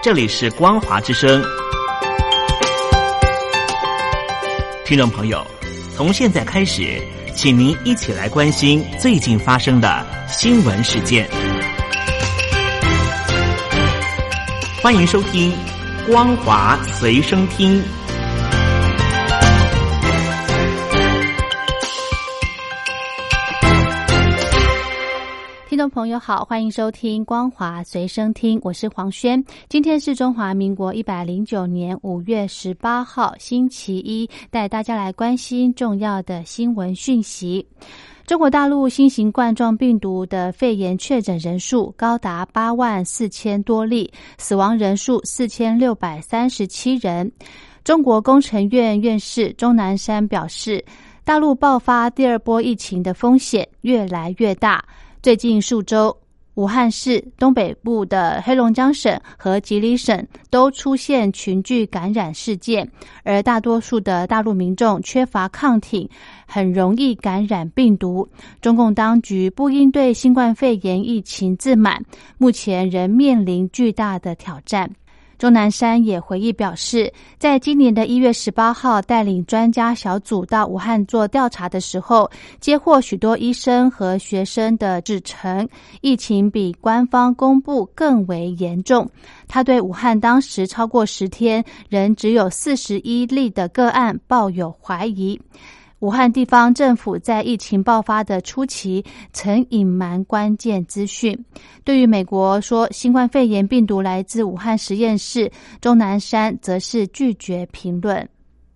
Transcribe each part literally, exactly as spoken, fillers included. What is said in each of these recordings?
这里是光华之声。听众朋友，从现在开始，请您一起来关心最近发生的新闻事件。欢迎收听光华随声听。 听众朋友好，欢迎收听光华随声听，我是黄轩。今天是中华民国一百零九年五月十八号星期一，带大家来关心重要的新闻讯息。中国大陆新型冠状病毒的肺炎确诊人数高达八万四千多例，死亡人数四千六百三十七人。中国工程院院士钟南山表示，大陆爆发第二波疫情的风险越来越大。最近数周，武汉市、东北部的黑龙江省和吉林省都出现群聚感染事件，而大多数的大陆民众缺乏抗体，很容易感染病毒。中共当局不应对新冠肺炎疫情自满，目前仍面临巨大的挑战。钟南山也回忆表示，在今年的一月十八号带领专家小组到武汉做调查的时候，接获许多医生和学生的指称，疫情比官方公布更为严重。他对武汉当时超过十天仍只有四十一例的个案抱有怀疑。武汉地方政府在疫情爆发的初期曾隐瞒关键资讯。对于美国说新冠肺炎病毒来自武汉实验室，钟南山则是拒绝评论。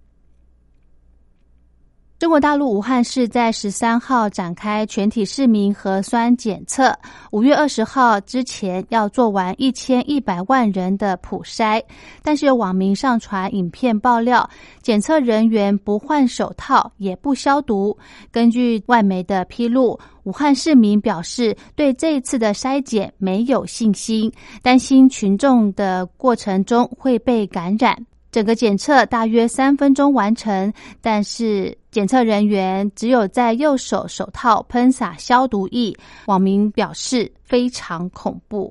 中国大陆武汉市在十三号展开全体市民核酸检测，五月二十号之前要做完一千一百万人的普筛，但是有网民上传影片爆料，检测人员不换手套也不消毒。根据外媒的披露，武汉市民表示对这一次的筛检没有信心，担心群众的过程中会被感染。整个检测大约三分钟完成，但是检测人员只有在右手手套喷洒消毒液，网民表示非常恐怖。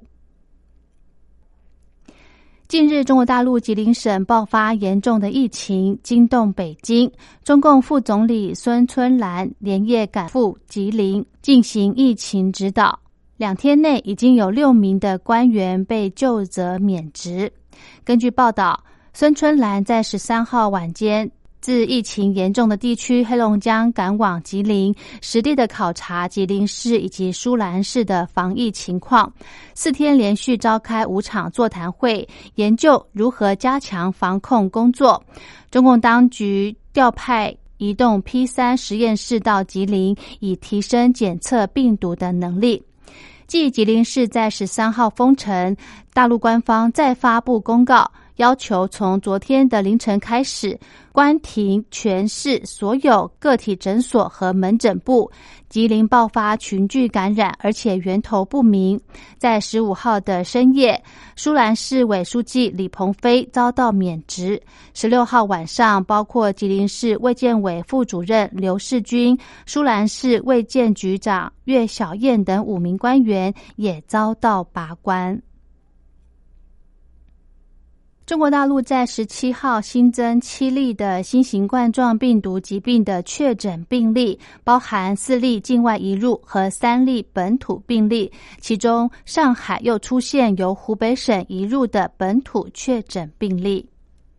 近日，中国大陆吉林省爆发严重的疫情，惊动北京。中共副总理孙春兰连夜赶赴吉林进行疫情指导，两天内已经有六名的官员被就责免职。根据报道，孙春兰在十三号晚间自疫情严重的地区黑龙江赶往吉林，实地的考察吉林市以及舒兰市的防疫情况。四天连续召开五场座谈会，研究如何加强防控工作。中共当局调派移动 P 三 实验室到吉林，以提升检测病毒的能力。继吉林市在十三号封城，大陆官方再发布公告，要求从昨天的凌晨开始关停全市所有个体诊所和门诊部。吉林爆发群聚感染，而且源头不明。在十五号的深夜，舒兰市委书记李鹏飞遭到免职。十六号晚上，包括吉林市卫健委副主任刘世军、舒兰市卫健局长岳小燕等五名官员也遭到拔关。中国大陆在十七号新增七例的新型冠状病毒疾病的确诊病例，包含四例境外移入和三例本土病例，其中上海又出现由湖北省移入的本土确诊病例。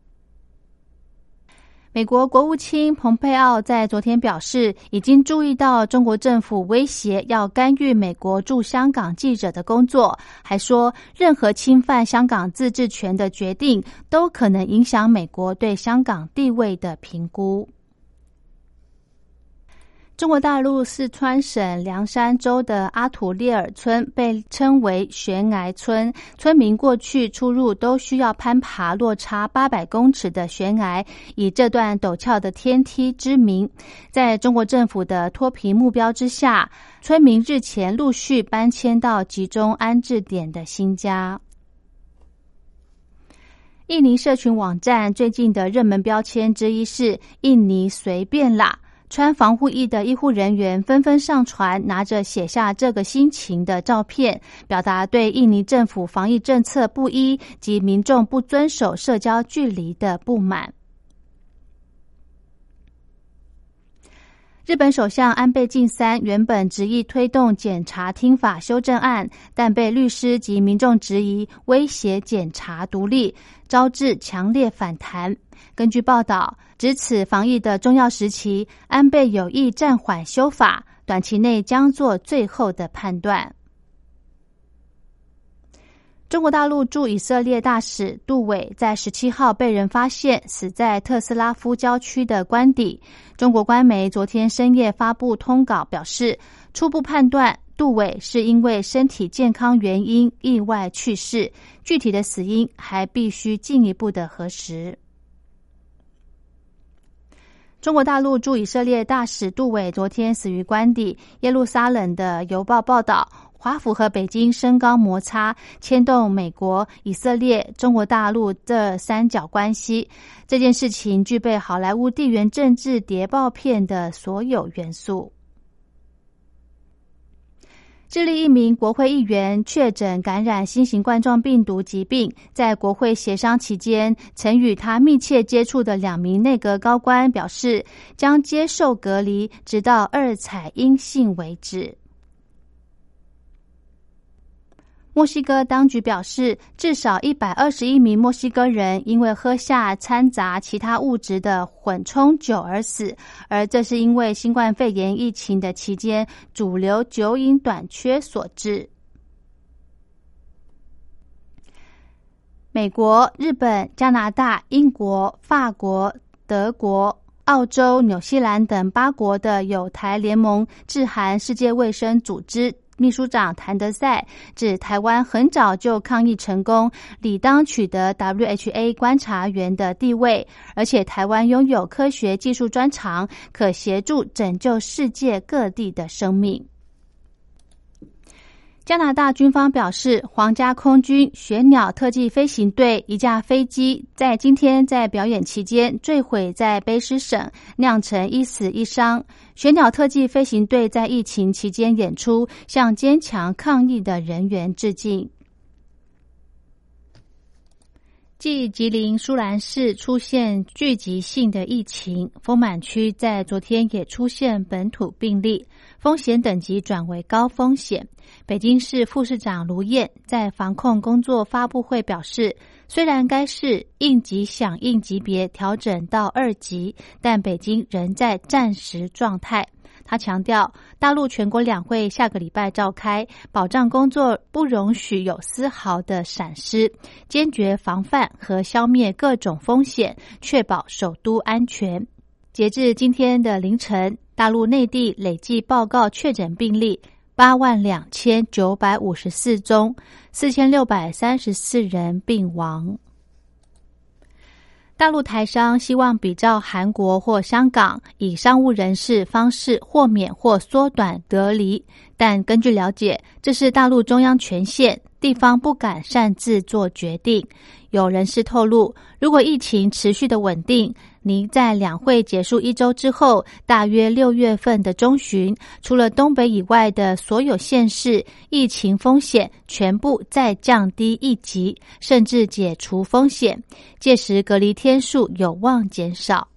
美国国务卿蓬佩奥在昨天表示，已经注意到中国政府威胁要干预美国驻香港记者的工作，还说任何侵犯香港自治权的决定都可能影响美国对香港地位的评估。中国大陆四川省凉山州的阿土列尔村被称为悬崖村，村民过去出入都需要攀爬落差八百公尺的悬崖，以这段陡峭的天梯知名。在中国政府的脱贫目标之下，村民日前陆续搬迁到集中安置点的新家。印尼社群网站最近的热门标签之一是印尼随便啦。 穿防护衣的医护人员纷纷上传拿着写下这个心情的照片，表达对印尼政府防疫政策不一及民众不遵守社交距离的不满。日本首相安倍晋三原本执意推动检察厅法修正案，但被律师及民众质疑威胁检察独立，招致强烈反弹。根据报道，值此防疫的重要时期，安倍有意暂缓修法，短期内将做最后的判断。中国大陆驻以色列大使杜伟在十七号被人发现死在特斯拉夫郊区的官邸。中国官媒昨天深夜发布通稿表示，初步判断杜伟是因为身体健康原因意外去世，具体的死因还必须进一步的核实。中国大陆驻以色列大使杜伟昨天死于官邸。耶路撒冷的邮报报道，华府和北京升高摩擦，牵动美国、以色列、中国大陆这三角关系。这件事情具备好莱坞地缘政治谍报片的所有元素。智利一名国会议员确诊感染新型冠状病毒疾病，在国会协商期间，曾与他密切接触的两名内阁高官表示，将接受隔离，直到二采阴性为止。墨西哥当局表示，至少一百二十一名墨西哥人因为喝下掺杂其他物质的混冲酒而死，而这是因为新冠肺炎疫情的期间主流酒饮短缺所致。美国、日本、加拿大、英国、法国、德国、澳洲、纽西兰等八国的友台联盟致函世界卫生组织秘书长谭德赛，指台湾很早就抗疫成功，理当取得 W H A 观察员的地位，而且台湾拥有科学技术专长，可协助拯救世界各地的生命。加拿大军方表示，皇家空军雪鸟特技飞行队一架飞机在今天在表演期间坠毁在卑诗省，酿成一死一伤。雪鸟特技飞行队在疫情期间演出，向坚强抗疫的人员致敬。继吉林舒兰市出现聚集性的疫情，丰满区在昨天也出现本土病例，风险等级转为高风险。北京市副市长卢燕在防控工作发布会表示，虽然该市应急响应级别调整到二级，但北京仍在战时状态。他强调，大陆全国两会下个礼拜召开，保障工作不容许有丝毫的闪失，坚决防范和消灭各种风险，确保首都安全。截至今天的凌晨，大陆内地累计报告确诊病例八万两千九百五十四宗，四千六百三十四人病亡。大陆台商希望比照韩国或香港，以商务人士方式豁免或缩短隔离，但根据了解，这是大陆中央权限，地方不敢擅自做决定。有人士透露，如果疫情持续的稳定，拟在两会结束一周之后，大约六月份的中旬，除了东北以外的所有县市，疫情风险全部再降低一级，甚至解除风险，届时隔离天数有望减少。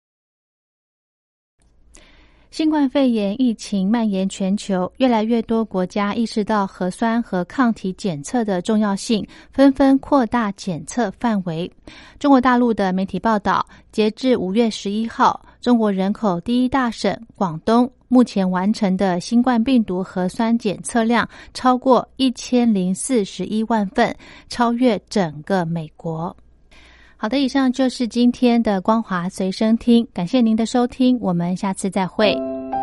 新冠肺炎疫情蔓延全球，越来越多国家意识到核酸和抗体检测的重要性，纷纷扩大检测范围。中国大陆的媒体报道，截至五月十一号，中国人口第一大省广东目前完成的新冠病毒核酸检测量超过一千零四十一万份，超越整个美国。好的，以上就是今天的光华随身听，感谢您的收听，我们下次再会。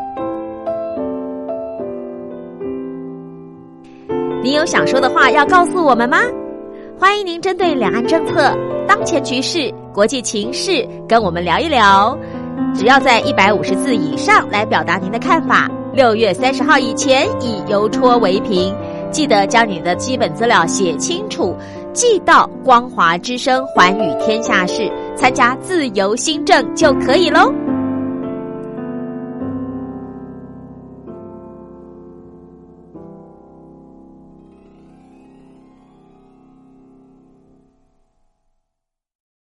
你有想说的话要告诉我们吗？欢迎您针对两岸政策、当前局势、国际情势跟我们聊一聊，只要在一百五十字以上来表达您的看法，六月三十号以前以邮戳为凭，记得将你的基本资料写清楚，寄到光华之声寰宇天下室，参加自由新政就可以咯。